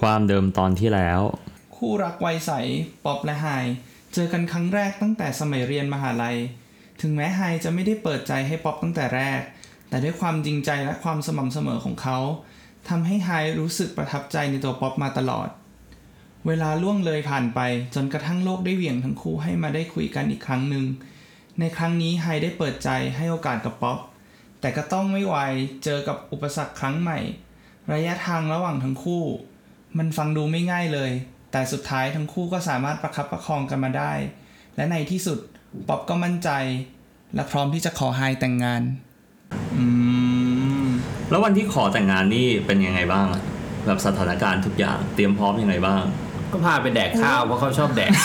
ความเดิมตอนที่แล้วคู่รักวัยใสป๊อปและไฮเจอกันครั้งแรกตั้งแต่สมัยเรียนมหาลัยถึงแม้ไฮจะไม่ได้เปิดใจให้ป๊อปตั้งแต่แรกแต่ด้วยความจริงใจและความสม่ำเสมอของเขาทำให้ไฮรู้สึกประทับใจในตัวป๊อปมาตลอดเวลาล่วงเลยผ่านไปจนกระทั่งโลกได้เหวี่ยงทั้งคู่ให้มาได้คุยกันอีกครั้งหนึ่งในครั้งนี้ไฮได้เปิดใจให้โอกาสกับป๊อปแต่ก็ต้องไม่ไหวเจอกับอุปสรรคครั้งใหม่ระยะทางระหว่างทั้งคู่มันฟังดูไม่ง่ายเลยแต่สุดท้ายทั้งคู่ก็สามารถประคับประคองกันมาได้และในที่สุดป๊อปก็มั่นใจและพร้อมที่จะขอไฮแต่งงานแล้ววันที่ขอแต่งงานนี่เป็นยังไงบ้างแบบสถานการณ์ทุกอย่างเตรียมพร้อมยังไงบ้างก็พาไปแดกข้าวเพราะเขาชอบแดก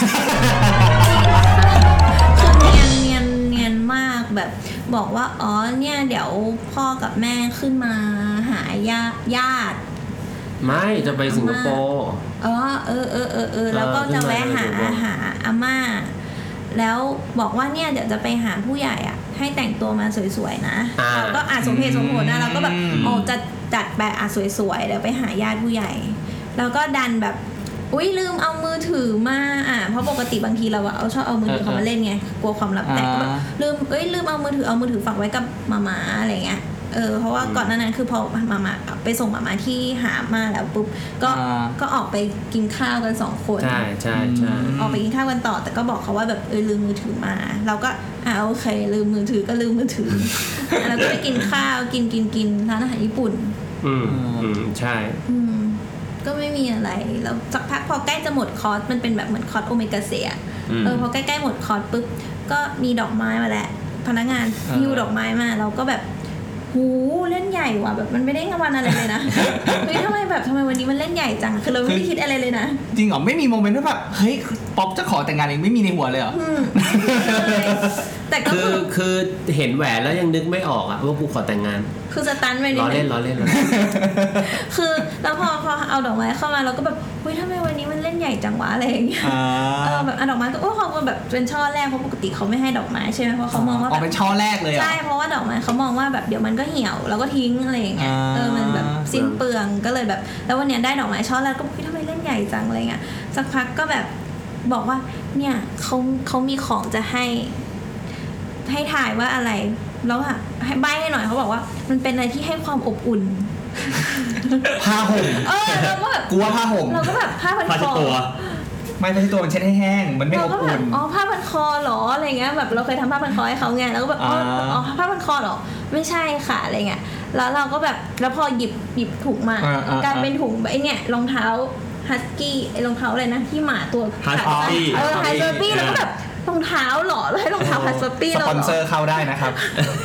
คือเนียนมากแบบบอกว่าอ๋อเนี่ยเดี๋ยวพ่อกับแม่ขึ้นมาหาญาติไม่จะไปสิงคโปร์อ๋อแล้วก็จะแวะหาอาม่าแล้วบอกว่าเนี่ยเดี๋ยวจะไปหาผู้ใหญ่อ่ะให้แต่งตัวมาสวยๆนะแล้วก็สมเหตุสมผลนะเราก็แบบจะจัดแบบสวยๆเดี๋ยวไปหาญาติผู้ใหญ่แล้วก็ดันแบบอุ๊ยลืมเอามือถือมาเพราะปกติบางทีเราชอบเอามือถือเขามาเล่นไงกลัวความลับแตกก็แบบลืมเอามือถือฝากไว้กับมาอะไรเงี้ยเพราะว่าก่อนหน้านั้นคือพอมาไปส่งมาที่หามาแล้วปุ๊บก็ออกไปกินข้าวกัน2คนใช่ออกไปกินข้าวกันต่อแต่ก็บอกเขาว่าแบบลืมมือถือมาเราก็โอเคลืมมือถือก็ลืมมือถือแล้วก็ไปกินข้าวกินร้านอาหารญี่ปุ่นใช่ก็ไม่มีอะไรแล้วสักพักพอใกล้จะหมดคอร์สมันเป็นแบบเหมือนคอร์สโอเมก้าเซพอใกล้ๆหมดคอร์สปุ๊บก็มีดอกไม้มาแล้วพนักงานหิ้วดอกไม้มาเราก็แบบหูเล่นใหญ่ว่ะแบบมันไม่ได้วันอะไรเลยนะเฮ้ยทำไมวันนี้มันเล่นใหญ่จังคือเราไม่ได้คิดอะไรเลยนะจริงเหรอไม่มีโมเมนต์ที่แบบเฮ้ยป๊อปจะขอแต่งงานเองไม่มีในหัวเลยเหรอแต่ก็คือเห็นแหวนแล้วยังนึกไม่ออกอะว่ากูขอแต่งงานคือสตันไปนิดนึงล้อเล่นคือแล้วพอเอาดอกไม้เข้ามาเราก็แบบเฮ้ยทำไมวันนี้มันเล่นใหญ่จังวะอะไรอย่างเงี้ยแบบดอกไม้ก็เขาแบบเป็นช่อแรกเพราะปกติเขาไม่ให้ดอกไม้ใช่ไหมเพราะเขามองว่าเป็นช่อแรกเลยใช่เพราะว่าดอกไม้เขามองว่าแบบเดี๋ยวมันก็เหี่ยวแล้วก็ทิ้งอะไรอย่างเงี้ยมันแบบสิ้นเปลืองก็เลยแบบแล้ววันนี้ได้ดอกไม้ช่อแรกก็ทำไมเล่นใหญ่จังอะไรเงี้ยสักพักก็แบบบอกว่าเนี่ยเขามีของจะให้ถ่ายว่าอะไรแล้วค่ะให้ใบ้ให้หน่อยเขาบอกว่ามันเป็นอะไรที่ให้ความอบอุ่นผ้าห่มเราก็แบบกลัวผ้าห่มเราก็แบบผ้าพันคอไม่ผ้าตัวมันเช็ดให้แห้งมันไม่อบอุ่นผ้าพันคอหรออะไรเงี้ยแบบเราเคยทำผ้าพันคอให้เขาไงแล้วก็แบบผ้าพันคอหรอไม่ใช่ค่ะอะไรเงี้ยแล้วเราก็แบบแล้วพอหยิบถุงมากลายเป็นถุงไอ้เนี่ยรองเท้าฮัสกี้ไอ้รองเท้าอะไรนะที่หมาตัวฮัสกี้ฮัสกี้แล้วก็แบบรองเท้าหรอแล้วให้รองเท้าฮัสปี้สปอนเซอร์เข้าได้นะครับ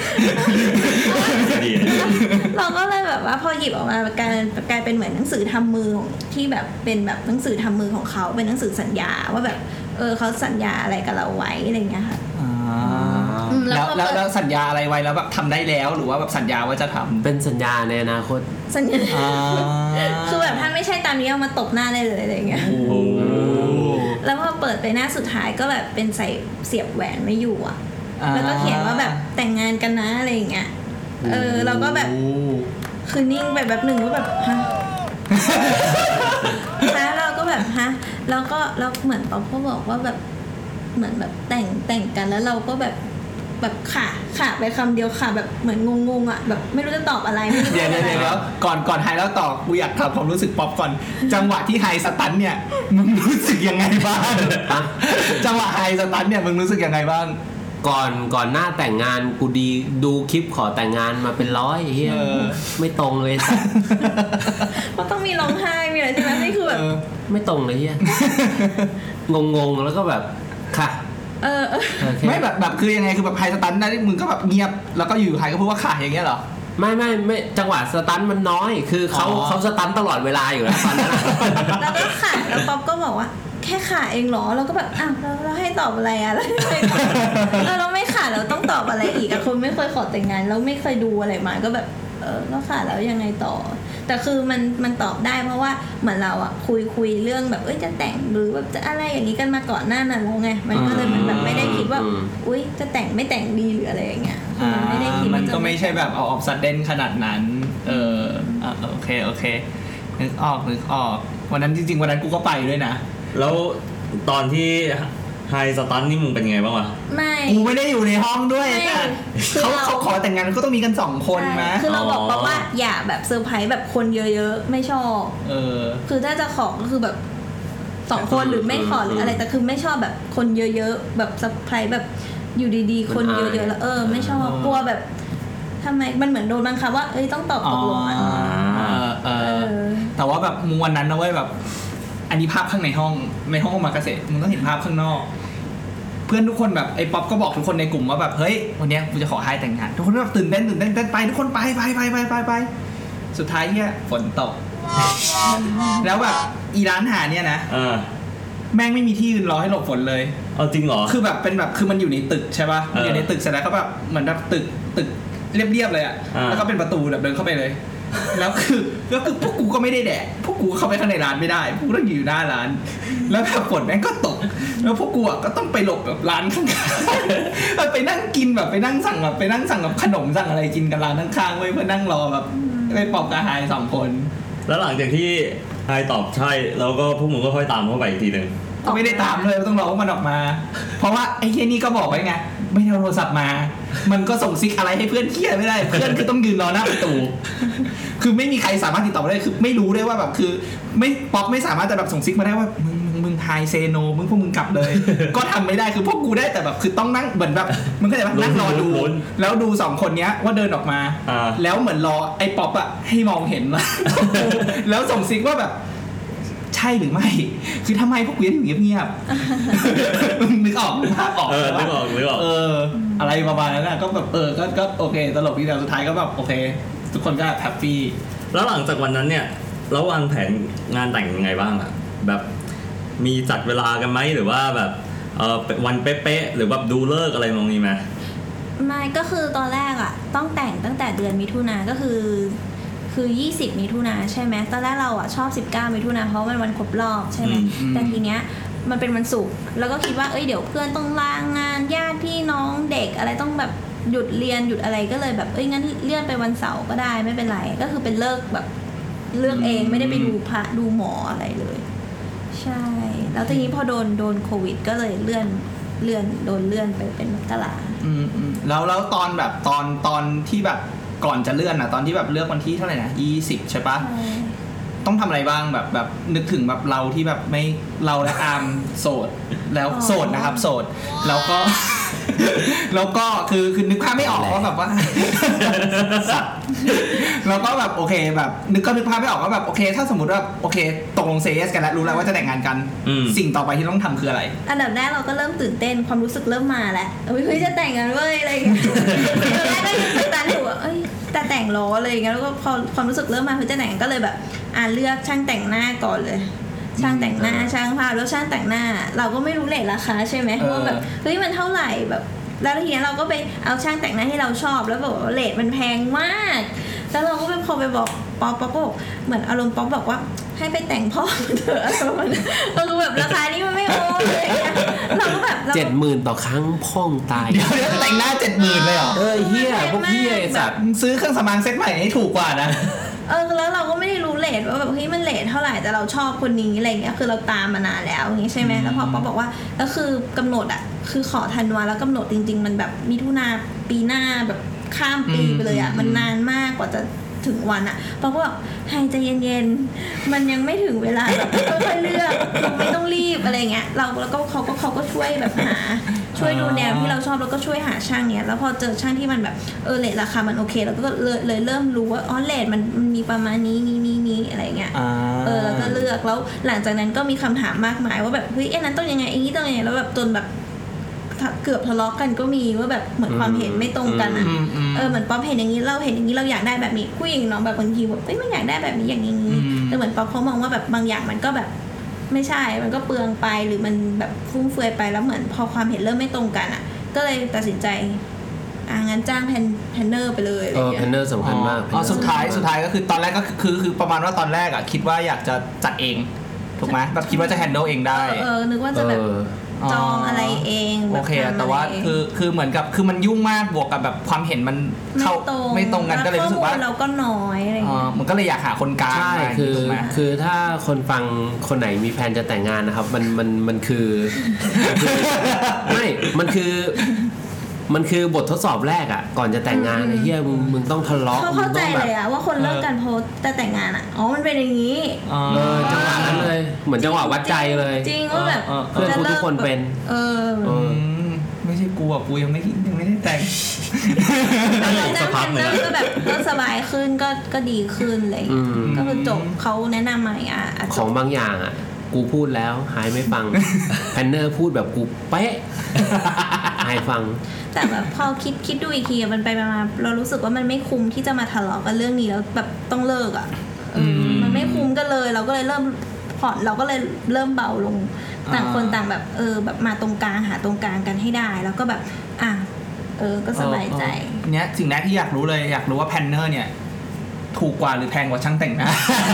เราก็เลยแบบว่าพอหยิบออกมากลายเป็นเหมือนหนังสือทำมือที่แบบเป็นแบบหนังสือทำมือของเขาเป็นหนังสือสัญญาว่าแบบเขาสัญญาอะไรกับเราไว้อะไรเงี้ยค่ะแล้วสัญญาอะไรไว้แล้วแบบทำได้แล้วหรือว่าแบบสัญญาว่าจะทำเป็นสัญญาในอนาคตสัญญาคือแบบถ้าไม่ใช่ตามนี้เอามาตบหน้าได้เลยอะไรเงี้ยแล้วพอเปิดไปหน้าสุดท้ายก็แบบเป็นใส่เสียบแหวนไม่อยู่อ่ะแล้วก็เขียนว่าแบบแต่งงานกันนะอะไรอย่างเงี้ยเราก็แบบคือนิ่งไปแบบหนึ่งว่าแบบฮะเราก็แบบฮะแล้วเหมือนป๊อปก็บอกว่าแบบเหมือนแบบแต่งกันแล้วเราก็แบบค่ะไปคำเดียวค่ะแบบเหมือนงงอ่ะแบบไม่รู้จะตอบอะไรเดี๋ยวก่อนไฮแล้วตอบกูอยากถามความรู้สึกป๊อปก่อนจังหวะที่ไฮสตันเนี่ยมึงรู้สึกยังไงบ้างจังหวะไฮสตันเนี่ยมึงรู้สึกยังไงบ้างก่อนหน้าแต่งงานกูดูคลิปขอแต่งงานมาเป็นร้อยเฮียไม่ตรงเลยก็ต้องมีร้องไห้มีอะไรใช่ไหมนี่คือแบบไม่ตรงเลยเฮียงงแล้วก็แบบค่ะไม่แบบคือยังไงคือแบบไฮสตันได้มึงก็แบบเงียบแล้วก็อยู่ไฮก็พูดว่าขาอย่างเงี้ยเหรอไม่จังหวะสตันมันน้อยคือเขาสตันตลอดเวลาอยู่แล้วตอนนั้นแล้วก็ขาแล้วป๊อปก็บอกว่าแค่ขาเองเหรอแล้วก็แบบเราให้ตอบอะไรอะแล้วเราไม่ขาเราต้องตอบอะไรอีกอะคนไม่เคยขอแต่งงานแล้วไม่เคยดูอะไรมาก็แบบก็ขาแล้วยังไงต่อแต่คือมันตอบได้เพราะว่าเหมือนเราอะคุยเรื่องแบบจะแต่งหรือแบบจะอะไรอย่างนี้กันมาก่อนหน้านั้นแล้วไงมันก็เลยมันแบบไม่ได้คิดว่าอุ๊ยจะแต่งไม่แต่งดีหรืออะไรอย่างเงี้ยมันไม่ได้คิดมันก็ไม่ใช่แบบเอาออฟซัดเดนขนาดนั้นโอเคนึกออกวันนั้นจริงๆวันนั้นกูก็ไปด้วยนะแล้วตอนที่ไฮสตันนี่มึงเป็นไงบ้างวะกูไม่ได้อยู่ในห้องด้วยไม่แต่คือเราเขาขอแต่งงานก็ต้องมีกัน2คนนะคือเราบอกป๊อปว่าอย่าแบบเซอร์ไพรส์แบบคนเยอะๆไม่ชอบคือถ้าจะขอก็คือแบบ2คนหรือไม่ขอหรืออะไรแต่คือไม่ชอบแบบคนเยอะๆแบบเซอร์ไพรส์แบบอยู่ดีๆคนเยอะๆแล้วไม่ชอบกลัวแบบทำไมมันเหมือนโดนบังคับว่าต้องตอบตกลงอ่ะแต่ว่าแบบมึงวันนั้นนะเว้ยแบบอันนี้ภาพข้างในห้องมากาเสะมึงต้องเห็นภาพข้างนอกเพื่อนทุกคนแบบไอ้ป๊อปก็บอกทุกคนในกลุ่มว่าแบบเฮ้ยวันนี้กูจะขอไฮแต่งงานทุกคนแบบตื่นเต้นไปทุกคนไปสุดท้ายเนี่ยฝนตกแล้วแบบอีร้านอาหารเนี่ยนะแม่งไม่มีที่ยืนรอให้หลบฝนเลยเอาจริงเหรอคือแบบเป็นแบบคือมันอยู่ในตึกใช่ป่ะมันอยู่ในตึกเสร็จแล้วก็แบบเหมือนแบบตึกเรียบๆเลยอ่ะแล้วก็เป็นประตูแบบเดินเข้าไปเลยแล้วคือพวกกูก็ไม่ได้แดดพวกกูเข้าไปข้างในร้านไม่ได้พวกกูต้องอยู่หน้าร้านแล้วแบบฝนแม่งก็ตกแล้วพวกกูก็ต้องไปหลบแบบร้านข้างๆไปนั่งกินแบบไปนั่งสั่งแบบขนมสั่งอะไรกินกันร้านข้างๆเว้ยเพื่อนั่งรอแบบไปปอบกระหาย2คนแล้วหลังจากที่ไฮตอบใช่แล้วก็พวกมึงก็ค่อยตามเข้าไปอีกทีนึงก็ไม่ได้ตามเลยต้องรอว่ามันออกมาเพราะว่าไอ้เหี้ยนี่ก็บอกไว้ไงไม่เอาโทรศัพท์มามันก็ส่งซิกอะไรให้เพื่อนเหี้ยไม่ได้เพื่อนคือต้องยืนรอหน้าประตูคือไม่มีใครสามารถติดต่อได้คือไม่รู้ได้ว่าแบบคือไม่ป๊อปไม่สามารถจะแบบส่งซิกมาได้ว่ามึงไฮเซโนพวกมึงกลับเลยก็ทำไม่ได้คือพวกกูได้แต่แบบคือต้องนั่งเหมือนแบบมึงเข้าใจป่ะนั่งรอดูแล้วดู2คนเนี้ยว่าเดินออกมาแล้วเหมือนรอไอ้ป๊อปอะให้มองเห็นแล้วส่งซิกว่าแบบใช่หรือไม่คือทำไมพวกกูอยู่เงียบๆนึกออกภาพออกนึกออกอะไรประมาณนั้นนะก็แบบก็โอเคตลกดีแต่สุดท้ายก็แบบโอเคทุกคนก็แฮปปี้แล้วหลังจากวันนั้นเนี่ยเราวางแผนงานแต่งยังไงบ้างอะแบบมีจัดเวลากันไหมหรือว่าแบบวันเป๊ะๆหรือแบบดูเลิกอะไรตรงนี้ไหมไม่ก็คือตอนแรกอะต้องแต่งตั้งแต่เดือนมิถุนาก็คือ20มิถุนาใช่ไหมตอนแรกเราอ่ะชอบ19มิถุนาเพราะมันวันครบรอบใช่ไหมแต่ทีเนี้ยมันเป็นวันศุกร์แล้วก็คิดว่าเดี๋ยวเพื่อนต้องลางานญาติพี่น้องเด็กอะไรต้องแบบหยุดเรียนหยุดอะไรก็เลยแบบงั้นเลื่อนไปวันเสาร์ก็ได้ไม่เป็นไรก็คือเป็นเลิกแบบเลือกเองไม่ได้ไปดูพระดูหมออะไรเลยใช่แล้วทีนี้พอโดนโควิดก็เลยเลื่อนโดนเลื่อนไปเป็นมกราแล้วตอนแบบตอนที่แบบก่อนจะเลื่อนอ่ะตอนที่แบบเลือกวันที่เท่าไหร่นะ20ใช่ปะต้องทำอะไรบ้างแบบนึกถึงแบบเราที่แบบไม่เราและอาร์มโสดแล้วโสดนะครับโสดแล้วก็คือนึกภาพไม่ออกว่าแบบว่าแล้วก็แบบโอเคแบบนึกภาพไม่ออกว่าแบบโอเคถ้าสมมติว่าโอเคตกลงเซสกันแล้วรู้แล้วว่าจะแต่งงานกันสิ่งต่อไปที่ต้องทำคืออะไรอันดับแรกเราก็เริ่มตื่นเต้นความรู้สึกเริ่มมาแล้วเฮ้ยจะแต่งกันเว้ยอะไรอย่างเงี้ยตอนแรกก็ยังสตาร์ทอยู่แต่แต่งล้ออะไรอย่างเงี้ยแล้วก็พอความรู้สึกเริ่มมาคือจะแต่งก็เลยแบบเลือกช่างแต่งหน้าก่อนเลยช่างแต่งหน้าช่างภาพแล้วช่างแต่งหน้าเราก็ไม่รู้เรทราคาใช่ไหมว่าแบบเฮ้ยมันเท่าไหร่แบบแล้วทีนี้เราก็ไปเอาช่างแต่งหน้าที่เราชอบแล้วบอกว่าเรทมันแพงมากแล้วเราก็ไปพอไปบอกป๊อปก็เหมือนอารมณ์ป๊อปบอกว่าให้ไปแต่งพ่อเถอะอะไรประมาณนั้นคือแบบราคานี้มันไม่โอ้เลยเราก็แบบ 70,000ต่อครั้งพ่องตายเดี๋ยวแต่งหน้า70,000เลยเหรอเหี้ยพวกเหี้ยสัตว์ซื้อเครื่องสำอางเซ็ตใหม่ให้ถูกกว่านะแล้วเราก็ไม่ได้รู้เรทว่าแบบเฮ้ยมันเรทเท่าไหร่แต่เราชอบคนนี้อะไรเงี้ยคือเราตามมานานแล้วอย่างงี้ใช่ไหมแล้วพอป๊อปบอกว่าแล้วคือกำหนดคือขอธันวาแล้วกำหนดจริงๆมันแบบมิถุนาปีหน้าแบบข้ามปีไปเลยมันนานมากกว่าจะถึงวันป๊อปก็บอกให้ใจเย็นๆมันยังไม่ถึงเวลาแบบค่อยๆเลือกไม่ต้องรีบอะไรเงี้ยแล้วก็เขาก็ช่วยแบบหาช่วยดูแนวที่เราชอบแล้วก็ช่วยหาช่างเนี้ยแล้วพอเจอช่างที่มันแบบเรทราคามันโอเคแล้วก็เลยเริ่มรู้ว่าเรทมันมีประมาณนี้อะไรเงี้ยแล้วก็เลือกแล้วหลังจากนั้นก็มีคำถามมากมายว่าแบบเฮ้ยนั้นต้องยังไงนี้ต้องยังไงแล้วแบบจนแบบเกือบทะเลาะกันก็มีว่าแบบเหมือนความเห็นไม่ตรงกันเหมือนป๊อปเห็นอย่างนี้เราเห็นอย่างนี้เราอยากได้แบบนี้ผู้หญิงน้องแบบบางทีแบบไม่อยากได้แบบนี้อย่างนี้แต่เหมือนป๊อปเขามองว่าแบบบางอย่างมันก็แบบไม่ใช่มันก็เปลืองไปหรือมันแบบฟุ่มเฟือยไปแล้วเหมือนพอความเห็นเริ่มไม่ตรงกันก็เลยตัดสินใจงั้นจ้างแพนเนอร์ไปเลยแพนเนอร์สำคัญมากสุดท้ายก็คือตอนแรกก็คือประมาณว่าตอนแรกคิดว่าอยากจะจัดเองถูกไหมแบบคิดว่าจะแฮนเดิลเองได้นึกว่าจะแบบจองอะไรเองแบบโอเคทำแต่ว่าะไรเองคือเหมือนกับคือมันยุ่งมากบวกกับแบบความเห็นมันเข้าไม่ตรงกันก็เลยรู้สึกว่าข้อมูลเราก็น้อยอะไรอย่างเงี้ยมันก็เลยอยากหาคนกลางใช่มาคือถูกไหมคือถ้าคนฟังคนไหนมีแผนจะแต่งงานนะครับมันคือไม่มันคือบททดสอบแรกอ่ะก่อนจะแต่งงานไอ้เหี้ยมึงต้องทะเลาะเขามึเข้าง ใจต้องแบเลบยอะว่าคนเลิกกันเพราะแต่แต่งงานอะอ๋อมันเป็นอย่างนี้จังหวะนั้นเลยเหมือนจังหวะวัดใจเลยจริงว่าแบบเพื่อนทุกคนเป็นไม่ใช่กูอ่ะกูยังไม่ได้แต่งนั่นแหละอีกสักพักหนึ่งก็แบบก็สบายขึ้นก็ดีขึ้นเลย ก็คือจบเขาแนะนำมาอ่ะของบางอย่างอ่ะกูพูดแล้วหายไม่ฟัง แพนเนอร์พูดแบบกูเป๊ะหายฟังแต่แบบพอคิดดูอีกทีมันไปมาเรารู้สึกว่ามันไม่คุ้มที่จะมาทะเลาะกันเรื่องนี้แล้วแบบต้องเลิกอ่ะมันไม่คุ้มกันเลยเราก็เลยเริ่มผ่อนเราก็เลยเริ่มเบาลงต่างคนต่างแบบแบบมาตรงกลางหาตรงกลางกันให้ได้แล้วก็แบบก็สบายใจเนี้ยสิ่งแรกที่อยากรู้เลยอยากรู้ว่าแพนเนอร์เนี่ยถูกกว่าหรือแพงกว่าช่างแต่งหน้า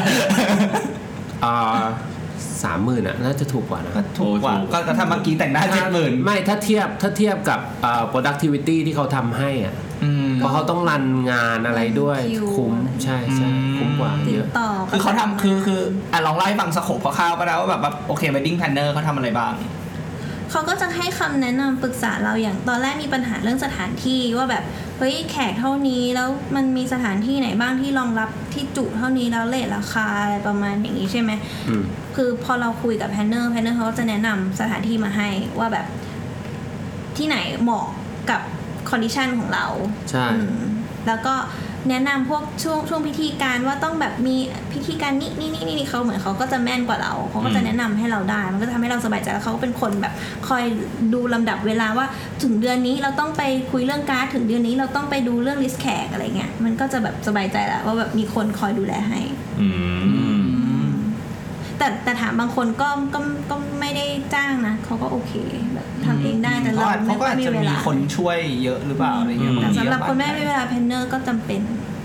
30,000อ่ะน่าจะถูกกว่านะก็ถูกกว่าก็ถ้าเมื่อกี้แต่งหน้า 70,000 ไม่ถ้าเทียบกับproductivity ที่เขาทำให้อ่ะเพราะเขาต้องรันงานอะไรด้วยคิวคุ้มใช่คุ้มกว่าติเยดอะต่อคือเขาทำคือลองเล่าให้ฟังสโคปคร่าวๆก็ได้ว่าแบบโอเค wedding planner เขาทำอะไรบ้างเขาก็จะให้คำแนะนำปรึกษาเราอย่างตอนแรกมีปัญหาเรื่องสถานที่ว่าแบบเฮ้ยแขกเท่านี้แล้วมันมีสถานที่ไหนบ้างที่รองรับที่จุเท่านี้แล้วเรทราคาอะไรประมาณอย่างนี้ใช่ไหมคือพอเราคุยกับแพนเนอร์เขาก็จะแนะนำสถานที่มาให้ว่าแบบที่ไหนเหมาะกับคอนดิชันของเราใช่แล้วก็แนะนำพวกช่วงพิธีการว่าต้องแบบมีพิธีการนี่เขาเหมือนเขาก็จะแม่นกว่าเราเขาก็จะแนะนำให้เราได้มันก็ทำให้เราสบายใจแล้วเขาก็เป็นคนแบบคอยดูลำดับเวลาว่าถึงเดือนนี้เราต้องไปคุยเรื่องการ์ดถึงเดือนนี้เราต้องไปดูเรื่องลิสต์แขกอะไรเงี้ยมันก็จะแบบสบายใจแล้วว่าแบบมีคนคอยดูแลให้แต่ถามบางคนก็ไม่ได้จ้างนะเขาก็โอเคแบบทำเองได้แต่เราไม่ค่อยมีเวลาคนช่วยเยอะหรือเปล่าอะไรเงี้ยแต่สำหรับคนไม่มีเวลาแพนเนอร์ก็จำเป็น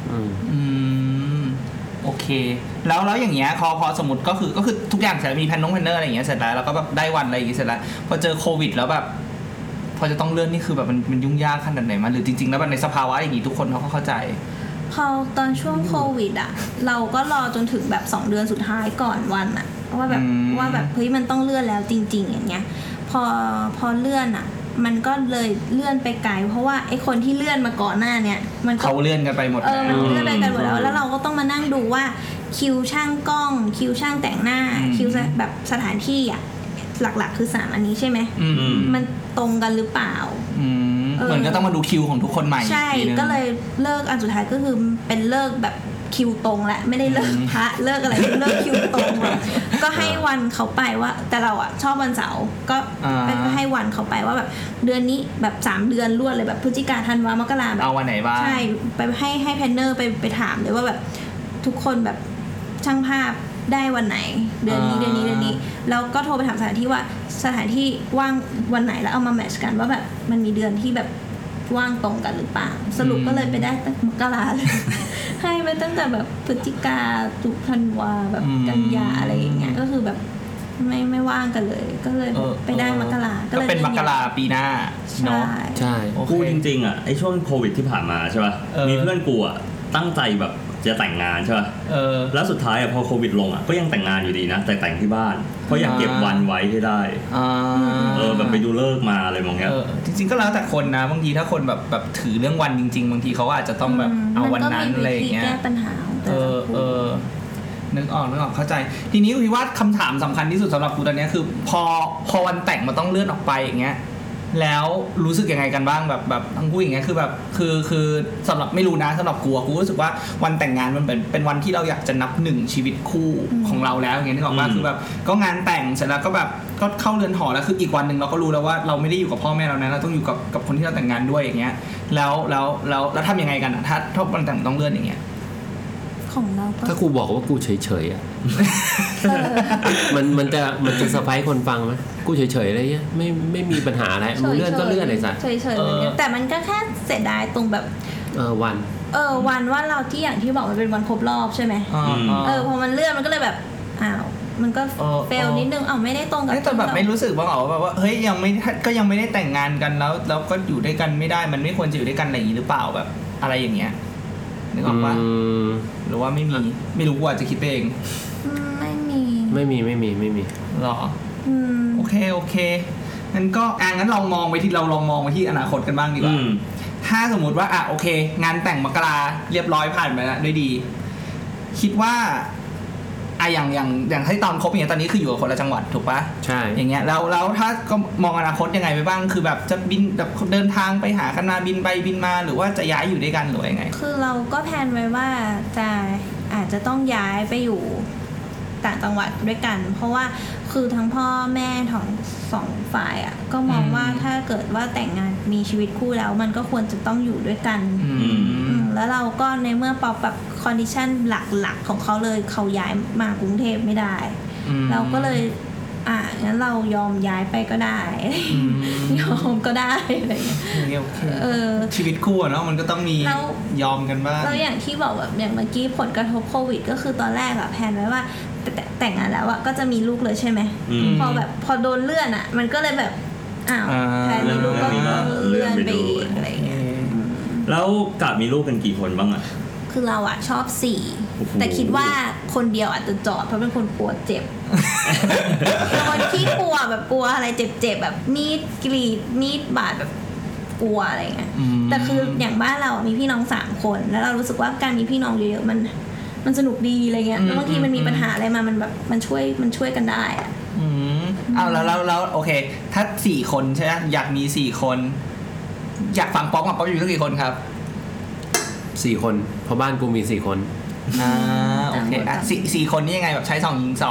โอเคแล้วอย่างเงี้ยพอสมมติก็คือทุกอย่างเสร็จมีแพนเนอร์อะไรอย่างเงี้ยเสร็จแล้วก็แบบได้วันอะไรอย่างเงี้ยเสร็จแล้วพอเจอโควิดแล้วแบบพอจะต้องเลื่อนนี่คือแบบมันยุ่งยากขนาดไหนมาหรือจริงๆแล้วในสภาวะอย่างงี้ทุกคนเขาก็เข้าใจพอตอนช่วงโควิดอ่ะเราก็รอจนถึงแบบ2 เดือนสุดท้ายก่อนวันอ่ะว่าแบบเฮ้ยมันต้องเลื่อนแล้วจริงๆอย่างเงี้ยพอเลื่อนอ่ะมันก็เลยเลื่อนไปไกลเพราะว่าไอ้คนที่เลื่อนมาก่อนหน้าเนี่ยมันเขาเลื่อนกันไปหมดมันเลื่อนไปกันหมดแล้วเราก็ต้องมานั่งดูว่าคิวช่างกล้องคิวช่างแต่งหน้าคิวแบบสถานที่อ่ะหลักๆคือ3อันนี้ใช่ไหมมันตรงกันหรือเปล่าเหมือนก็ต้องมาดูคิวของทุกคนใหม่ใช่ก็เลยเลิกอันสุดท้ายก็คือเป็นเลิกแบบคิวตรงแหละไม่ได้เลิกพระเลิกอะไรเลิกคิวตรงก็ให้วันเขาไปว่าแต่เราอ่ะชอบวันเสาร์ก็ให้วันเขาไปว่าแบบเดือนนี้แบบ3 เดือนรวดเลยแบบพฤศจิกาธันวามกราแบบเอาวันไหนบ้างใช่ไปให้แพนเนอร์ไปถามเลยว่าแบบทุกคนแบบช่างภาพได้วันไหนเดือนนี้แล้วก็โทรไปถามสถานที่ว่าสถานที่ว่างวันไหนแล้วเอามาแมทช์กันว่าแบบมันมีเดือนที่แบบว่างตรงกันหรือเปล่าสรุปก็เลยไปได้ตั้งมกราเลย ให้ไปตั้งแต่แบบพฤศจิกาตุลาธันวาแบบกันยาอะไรอย่างเงี้ยก็คือแบบไม่ว่างกันเลยก็เลยไปได้มกราก็เป็นมกราปีหน้าเนาะใช่กูจริงๆอ่ะไอ้ช่วงโควิดที่ผ่านมาใช่ป่ะมีเพื่อนกูอ่ะตั้งใจแบบจะแต่งงานใช่ป่ะแล้วสุดท้ายอ่ะพอโควิดลงอ่ะก็ยังแต่งงานอยู่ดีนะแต่แต่งที่บ้านเพราะอยากเก็บวันไว้ให้ได้แบบไปดูเลิกมาอะไรมองเงี้ยจริงๆก็แล้วแต่คนนะบางทีถ้าคนแบบถือเรื่องวันจริงๆบางทีเขาอาจจะต้องแบบเอาวันนั้นอะไรอย่างเงี้ยแก้ปัญหานึกออกเข้าใจทีนี้พี่ว่าคำถามสำคัญที่สุดสำหรับกูตอนนี้คือพอวันแต่งมันต้องเลื่อนออกไปอย่างเงี้ยแล้วรู้สึกยังไงกันบ้างแบบทั้งคู่อย่างเงี้ยคือแบบคือสำหรับไม่รู้นะสำหรับกูรู้สึกว่าวันแต่งงานมันเป็นวันที่เราอยากจะนับ1ชีวิตคู่ของเราแล้วอย่างเงี้ยนึกออกป่ะคือแบบก็งานแต่งเสร็จแล้วก็แบบก็เข้าเรือนหอแล้วคืออีกวันนึงเราก็รู้แล้วว่าเราไม่ได้อยู่กับพ่อแม่เรานะเราต้องอยู่กับคนที่เราแต่งงานด้วยอย่างเงี้ยแล้วทำยังไงกันอ่ะถ้าวันแต่งต้องเลื่อนอย่างเงี้ยของเราถ้ากูบอกว่ากูเฉยๆอ่ะมันจะเซอร์ไพรส์คนฟังไหมกูเฉยๆอะไรเงี้ยไม่มีปัญหาอะไรมึงเลื่อนก็เลื่อนไอ้สัสเฉยๆแต่มันก็แค่เสียดายตรงแบบวันวันว่าเราที่อย่างที่บอกมันเป็นวันครบรอบใช่ไหมพอมันเลื่อนมันก็เลยแบบอ้าวมันก็เฟลนิดนึงไม่ได้ตรงกับแต่แบบไม่รู้สึกบ้างเหรอแบบว่าเฮ้ยยังไม่ได้แต่งงานกันแล้วก็อยู่ด้วยกันไม่ได้มันไม่ควรจะอยู่ด้วยกันอะไรอย่างนี้หรือเปล่าแบบอะไรอย่างเงี้ยนึกออกปะหรือว่าไม่มีไม่รู้ว่าจะคิดเองไม่มีหรอโอเคงั้นก็งั้นลองมองไปที่อนาคตกันบ้างดีกว่าถ้าสมมุติว่าโอเคงานแต่งมกราเรียบร้อยผ่านไปแล้วด้วยดีคิดว่าอย่างที่ตอนคบอย่างเงี้ยตอนนี้คืออยู่กับคนละจังหวัดถูกปะใช่อย่างเงี้ยแล้วถ้าก็มองอนาคตยังไงไปบ้างคือแบบจะบินแบบเดินทางไปหากันมาบินไปบินมาหรือว่าจะย้ายอยู่ด้วยกันหรือยังไงคือเราก็แพลนไว้ว่าอาจจะต้องย้ายไปอยู่ต่างจังหวัดด้วยกันเพราะว่าคือทั้งพ่อแม่ของสองฝ่ายก็มองว่าถ้าเกิดว่าแต่งงานมีชีวิตคู่แล้วมันก็ควรจะต้องอยู่ด้วยกันแล้วเราก็ในเมื่อปรับแบบคอนดิชันหลักๆของเขาเลยเขาย้ายมากรุงเทพไม่ได้เราก็เลยงั้นเรายอมย้ายไปก็ได้ยอมก็ได้อะไรอย่างเงี้ยชีวิตคู่เนาะมันก็ต้องมียอมกันบ้างแล้วอย่างที่บอกแบบอย่างเมื่อกี้ผลกระทบโควิดก็คือตอนแรกแพลนไว้ว่าแต่งงานแล้วก็จะมีลูกเลยใช่ไหมพอโดนเลื่อนมันก็เลยแบบแพลนมีลูกก็เลื่อนไปอีกอะไรอย่างเงี้ยแล้วกะมีลูกกันกี่คนบ้างคือเราชอบ4แต่คิดว่าคนเดียวอาจจะจอดเพราะเป็นคนกลัวเจ็บเป็นคนที่กลัวแบบกลัวอะไรเจ็บแบบมีดกรีดมีดบาดแบบกลัวอะไรเงี้ยแต่คืออย่างบ้านเรามีพี่น้อง3คนแล้วเรารู้สึกว่าการมีพี่น้องเยอะๆมันสนุกดีอะไรเงี้ยแล้วบางทีมันมีปัญหาอะไรมามันแบบมันช่วยกันได้แล้วโอเคถ้า4คนใช่ไหมอยากมี4คนอยากฟังป๊อกอยู่ตั้งกี่คนครับ 4 คนเพราะบ้านกูมี4 คนโอเค4คนนี่ยังไงแบบใช้2 ยิง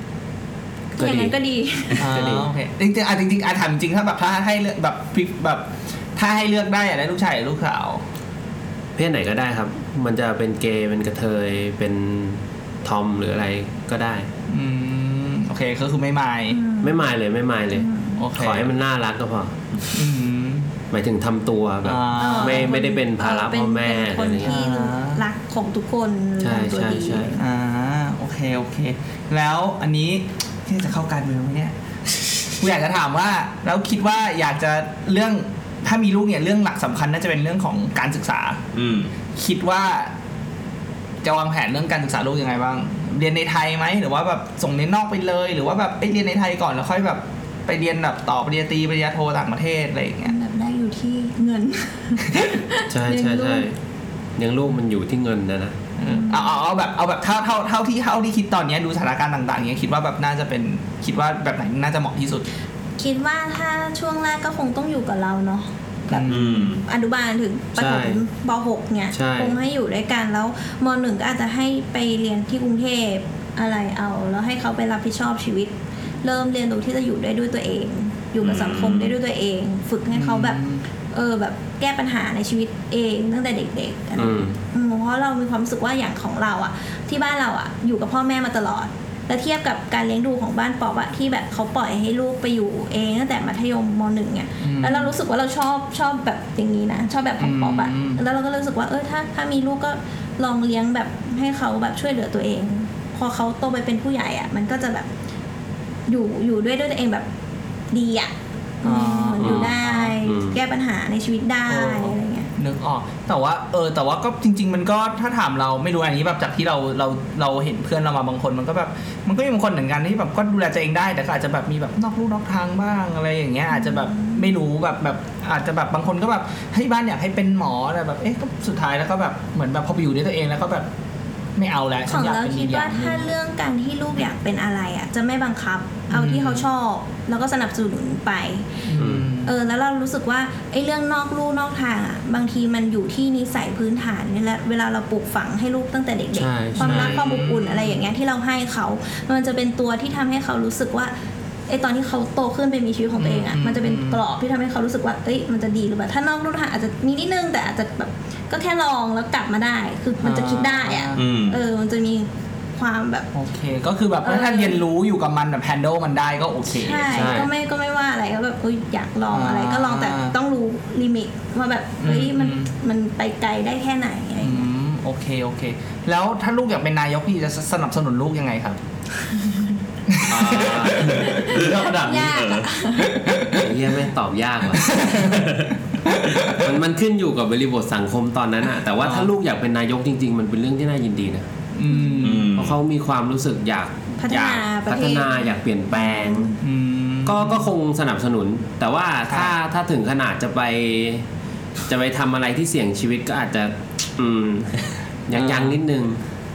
2 อย่างนั้นก็ดีโอเคจริงถามจริงถ้าแบบถ้าให้เลือกแบบถ้าให้เลือกได้ได้ลูกชายหรือลูกสาวเพศไหนก็ได้ครับมันจะเป็นเกย์เป็นกระเทยเป็นทอมหรืออะไรก็ได้โอเคก็คือไม่มายเลยขอให้มันน่ารักก็พอหมายถึงทำตัวแบบไม่ได้เป็นภาระพ่อแม่อะไรอย่างเงี้ยรักของทุกคนตัวดีโอเคแล้วอันนี้ที่จะเข้าการเมืองไหมเนี่ยกูอยากจะถามว่าแล้วคิดว่าอยากจะเรื่องถ้ามีลูกเนี่ยเรื่องหลักสำคัญน่าจะเป็นเรื่องของการศึกษาคิดว่าจะวางแผนเรื่องการศึกษาลูกยังไงบ้างเรียนในไทยไหมหรือว่าแบบส่งเรียนนอกไปเลยหรือว่าแบบเรียนในไทยก่อนแล้วค่อยแบบไปเรียนแบบต่อปริญญาตรีปริญญาโทต่างประเทศอะไรอย่างเงี้ยแบบได้อยู่ที่เงินใช่ยังลูกมันอยู่ที่เงินนะเอาแบบเท่าที่คิดตอนนี้ดูสถานการณ์ต่างๆเงี้ยคิดว่าแบบน่าจะเป็นคิดว่าแบบไหนน่าจะเหมาะที่สุดคิดว่าถ้าช่วงแรกก็คงต้องอยู่กับเราเนาะแบบอนุบาลถึงประถมป.6 เนี่ยคงให้อยู่ด้วยกันแล้วม.1 ก็อาจจะให้ไปเรียนที่กรุงเทพอะไรแล้วให้เขาไปรับผิดชอบชีวิตเริ่มเรียนรู้ที่จะอยู่ได้ด้วยตัวเองอยู่กับสังคมได้ด้วยตัวเองฝึกให้เขาแบบแบบแก้ปัญหาในชีวิตเองตั้งแต่เด็กๆเพราะเรามีความรู้สึกว่าอย่างของเราที่บ้านเราอยู่กับพ่อแม่มาตลอดและเทียบกับการเลี้ยงดูของบ้านป๊อบที่แบบเขาปล่อยให้ลูกไปอยู่เองตั้งแต่มัธยมม.1 เนี่ยแล้วเรารู้สึกว่าเราชอบแบบอย่างนี้นะชอบแบบของป๊อบแล้วเราก็รู้สึกว่าถ้ามีลูกก็ลองเลี้ยงแบบให้เขาแบบช่วยเหลือตัวเองพอเขาโตไปเป็นผู้ใหญ่มันก็จะแบบอยู่ด้วยตัวเองแบบดีอยู่ได้แก้ปัญหาในชีวิตได้อะไรเงี้ยนึกออกแต่ว่าก็จริงๆมันก็ถ้าถามเราไม่รู้อันนี้แบบจากที่เราเห็นเพื่อนเรามาบางคนมันก็แบบมันก็มีบางคนเหมือนกันที่แบบก็ดูแลตัวเองได้แต่อาจจะแบบมีแบบนอกลู่นอกทางบ้างอะไรอย่างเงี้ยอาจจะแบบไม่รู้แบบอาจจะแบบบางคนก็แบบให้บ้านอยากให้เป็นหมอแต่แบบก็สุดท้ายแล้วก็แบบเหมือนแบบพอไปอยู่ด้วยตัวเองแล้วก็แบบไม่เอาแล้วของเราคิดว่าถ้าเรื่องการที่ลูกอยากเป็นอะไรจะไม่บังคับเอาที่เขาชอบแล้วก็สนับสนุนไปแล้วเรารู้สึกว่าไอ้เรื่องนอกลู่นอกทางบางทีมันอยู่ที่นิสัยพื้นฐานนี่แหละเวลาเราปลูกฝังให้ลูกตั้งแต่เด็กๆความรักความอบอุ่นอะไรอย่างเงี้ยที่เราให้เขามันจะเป็นตัวที่ทำให้เขารู้สึกว่าไอ้ตอนที่เขาโตขึ้นไปมีชีวิตของตัวเองมันจะเป็นกรอบที่ทำให้เขารู้สึกว่ามันจะดีหรือเปล่าถ้านอกลู่ทางอาจจะมีนิดนึงแต่อาจจะแบบก็แค่ลองแล้วกลับมาได้คือมันจะคิดได้มันจะมีความแบบโอเคก็คือแบบถ้าเรียนรู้อยู่กับมันแบบ handle มันได้ก็โอเคใช่ก็ไม่ว่าอะไรก็แบบอยากลองอะไรก็ลองแต่ต้องรู้ลิมิตว่าแบบมันไปไกลได้แค่ไหนอะไรอย่างเงี้ยโอเคแล้วถ้าลูกอยากเป็นนายกพี่จะสนับสนุนลูกยังไงครับเรื่องขนาดนี้เหี้ยแม่งตอบยากว่ะมันขึ้นอยู่กับบริบทสังคมตอนนั้นอะแต่ว่าถ้าลูกอยากเป็นนายกจริงๆมันเป็นเรื่องที่น่ายินดีนะเพราะเขามีความรู้สึสึกอยากพัฒนาอยากเปลี่ยนแปลงก็คงสนับสนุนแต่ว่าถ้าถึงขนาดจะไปทำอะไรที่เสี่ยงชีวิตก็อาจจะยังนิดนึง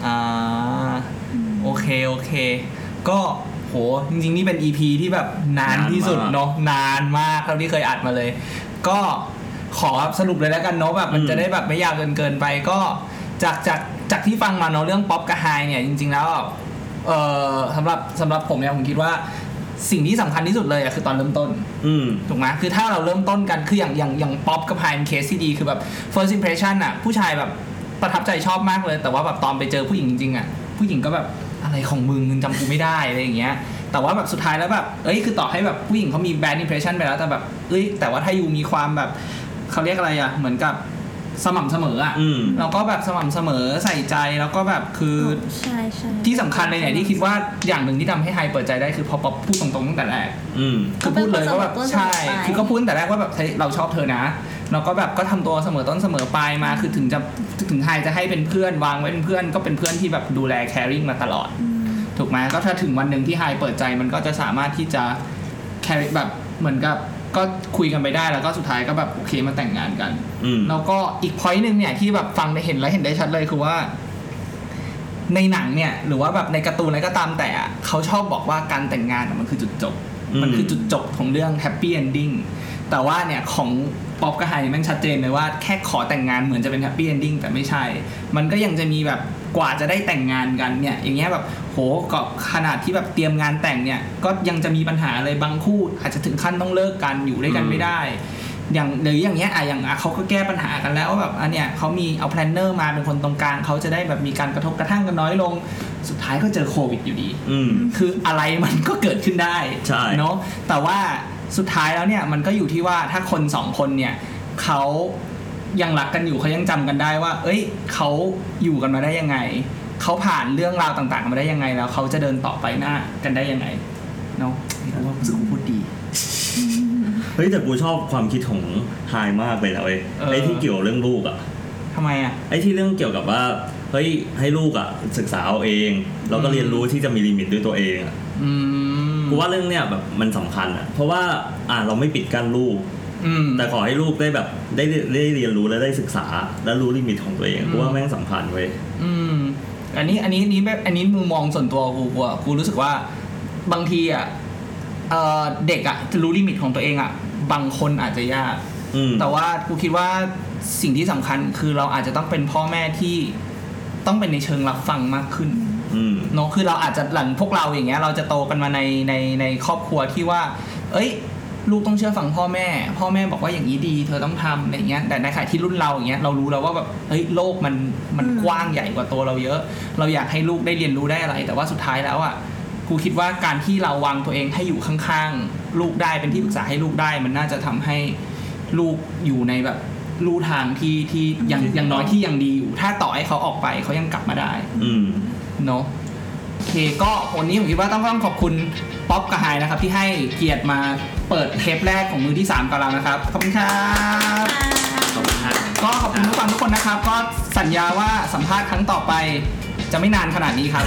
โอเคก็โหจริงๆนี่เป็น EP ที่แบบนานที่สุดเนาะนานมากเท่าที่เคยอัดมาเลยก็ขอสรุปเลยแล้วกันเนาะแบบมันจะได้แบบไม่ยาวเกินไปก็จากที่ฟังมาเนาะเรื่องป๊อปกับไฮเนี่ยจริงๆแล้วสำหรับผมเนี่ยผมคิดว่าสิ่งที่สำคัญที่สุดเลยคือตอนเริ่มต้นถูกไหมคือถ้าเราเริ่มต้นกันคืออย่างป๊อปกับไฮเป็นเคสที่ดีคือแบบ first impression อ่ะผู้ชายแบบประทับใจชอบมากเลยแต่ว่าแบบตอนไปเจอผู้หญิงจริงๆอ่ะผู้หญิงก็แบบอะไรของมึงจำกูไม่ได้อะไรอย่างเงี้ยแต่ว่าแบบสุดท้ายแล้วแบบคือต่อให้แบบผู้หญิงเขามี bad impression ไปแล้วแต่แบบแต่ว่าถ้ายูมีความแบบเขาเรียกอะไรอ่ะเหมือนกับสม่ำเสมออ่ะแล้วก็แบบสม่ำเสมอใส่ใจแล้วก็แบบคือใช่ที่สำคัญเลยเนี่ยที่คิดว่าอย่างหนึ่งที่ทำให้ไฮเปิดใจได้คือพอป๊อปพูดตรงๆตั้งแต่แรกคือพูดเลยว่าแบบใช่คือก็พูดตั้งแต่แรกว่าแบบเราชอบเธอนะแล้วก็แบบก็ทำตัวเสมอต้นเสมอปลายมาคือถึงไฮจะให้เป็นเพื่อนวางไว้เป็นเพื่อนก็เป็นเพื่อนที่แบบดูแลแคร์ริ่งมาตลอดถูกไหมก็ถ้าถึงวันหนึ่งที่ไฮเปิดใจมันก็จะสามารถที่จะแคร์แบบเหมือนกับก็คุยกันไปได้แล้วก็สุดท้ายก็แบบโอเคมาแต่งงานกันแล้วก็อีก point นึงเนี่ยที่แบบฟังได้เห็นได้ชัดเลยคือว่าในหนังเนี่ยหรือว่าแบบในการ์ตูนอะไรก็ตามแต่เขาชอบบอกว่าการแต่งงานมันคือจุดจบมันคือจุดจบของเรื่อง happy ending แต่ว่าเนี่ยของป๊อปกับไฮแม่งชัดเจนเลยว่าแค่ขอแต่งงานเหมือนจะเป็น happy ending แต่ไม่ใช่มันก็ยังจะมีแบบกว่าจะได้แต่งงานกันเนี่ยอย่างเงี้ยแบบโหก็ขนาดที่แบบเตรียมงานแต่งเนี่ยก็ยังจะมีปัญหาเลยบางคู่อาจจะถึงขั้นต้องเลิกกันอยู่ด้วยกันไม่ได้อย่างหรืออย่างเงี้ยอย่างเขาก็แก้ปัญหากันแล้วว่าแบบอันเนี้ยเขามีเอาแพลนเนอร์มาเป็นคนตรงกลางเขาจะได้แบบมีการกระทบกระทั่งกันน้อยลงสุดท้ายก็เจอโควิดอยู่ดีคืออะไรมันก็เกิดขึ้นได้เนาะแต่ว่าสุดท้ายแล้วเนี่ยมันก็อยู่ที่ว่าถ้าคนสองคนเนี่ยเขายังรักกันอยู่เขายังจำกันได้ว่าเขาอยู่กันมาได้ยังไงเขาผ่านเรื่องราวต่างๆมาได้ยังไงแล้วเขาจะเดินต่อไปหน้ากันได้ยังไงเนาะผมว่ารู้สึกพูดดีแต่กูชอบความคิดของไฮมากเลยนะที่เกี่ยวเรื่องลูกทำไมที่เรื่องเกี่ยวกับว่าให้ลูกศึกษาเอาเองแล้วก็เรียนรู้ที่จะมีลิมิตด้วยตัวเองกูว่าเรื่องเนี้ยแบบมันสำคัญเพราะว่าเราไม่ปิดกั้นลูกแต่ขอให้ลูกได้แบบได้เรียนรู้และได้ศึกษาและรู้ลิมิตของตัวเองกูว่าแม่งสำคัญเว้ยอันนี้มุมมองส่วนตัวกูรู้สึกว่าบางทีเด็กจะรู้ลิมิตของตัวเองบางคนอาจจะยากแต่ว่ากูคิดว่าสิ่งที่สำคัญคือเราอาจจะต้องเป็นพ่อแม่ที่ต้องเป็นในเชิงรับฟังมากขึ้นเนาะคือเราอาจจะหลังพวกเราอย่างเงี้ยเราจะโตกันมาในครอบครัวที่ว่าลูกต้องเชื่อฟังพ่อแม่บอกว่าอย่างนี้ดีเธอต้องทำอะไรเงี้ยแต่ในขณะที่รุ่นเราอย่างเงี้ยเรารู้แล้วว่าแบบโลกมันกว้างใหญ่กว่าตัวเราเยอะเราอยากให้ลูกได้เรียนรู้ได้อะไรแต่ว่าสุดท้ายแล้วกูคิดว่าการที่เราวางตัวเองให้อยู่ข้างๆลูกได้เป็นที่ปรึกษาให้ลูกได้มันน่าจะทำให้ลูกอยู่ในแบบลู่ทางที่อย่างน้อยที่ยังดีอยู่ถ้าต่อให้เขาออกไปเขายังกลับมาได้เนาะโอเคก็วันนี้ผมคิดว่าต้องขอบคุณป๊อปกับไฮนะครับที่ให้เกียรติมาเปิดเทปแรกของมือที่3กับเรานะครับขอบคุณครับก็ขอบคุณผู้ฟังทุกคนนะครับก็สัญญาว่าสัมภาษณ์ครั้งต่อไปจะไม่นานขนาดนี้ครับ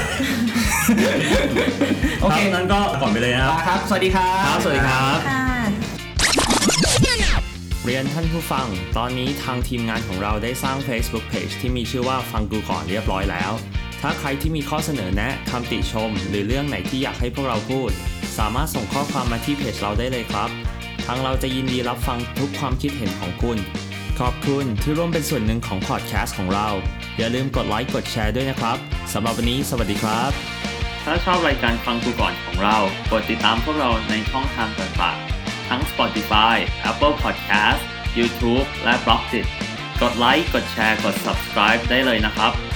โอเคงั้นก็ก่อนไปเลยนะครับสวัสดีครับสวัสดีครับเรียนท่านผู้ฟังตอนนี้ทางทีมงานของเราได้สร้าง Facebook Page ที่มีชื่อว่าฟังกูก่อนเรียบร้อยแล้วถ้าใครที่มีข้อเสนอแนะคำติชมหรือเรื่องไหนที่อยากให้พวกเราพูดสามารถส่งข้อความมาที่เพจเราได้เลยครับทางเราจะยินดีรับฟังทุกความคิดเห็นของคุณขอบคุณที่ร่วมเป็นส่วนหนึ่งของพอดแคสต์ของเราอย่าลืมกดไลค์กดแชร์ด้วยนะครับสำหรับวันนี้สวัสดีครับถ้าชอบรายการฟังกูก่อนของเรากดติดตามพวกเราในช่องทางต่างๆทั้ง Spotify, Apple Podcast, YouTube และ Blogdit กดไลค์กดแชร์กด Subscribe ได้เลยนะครับ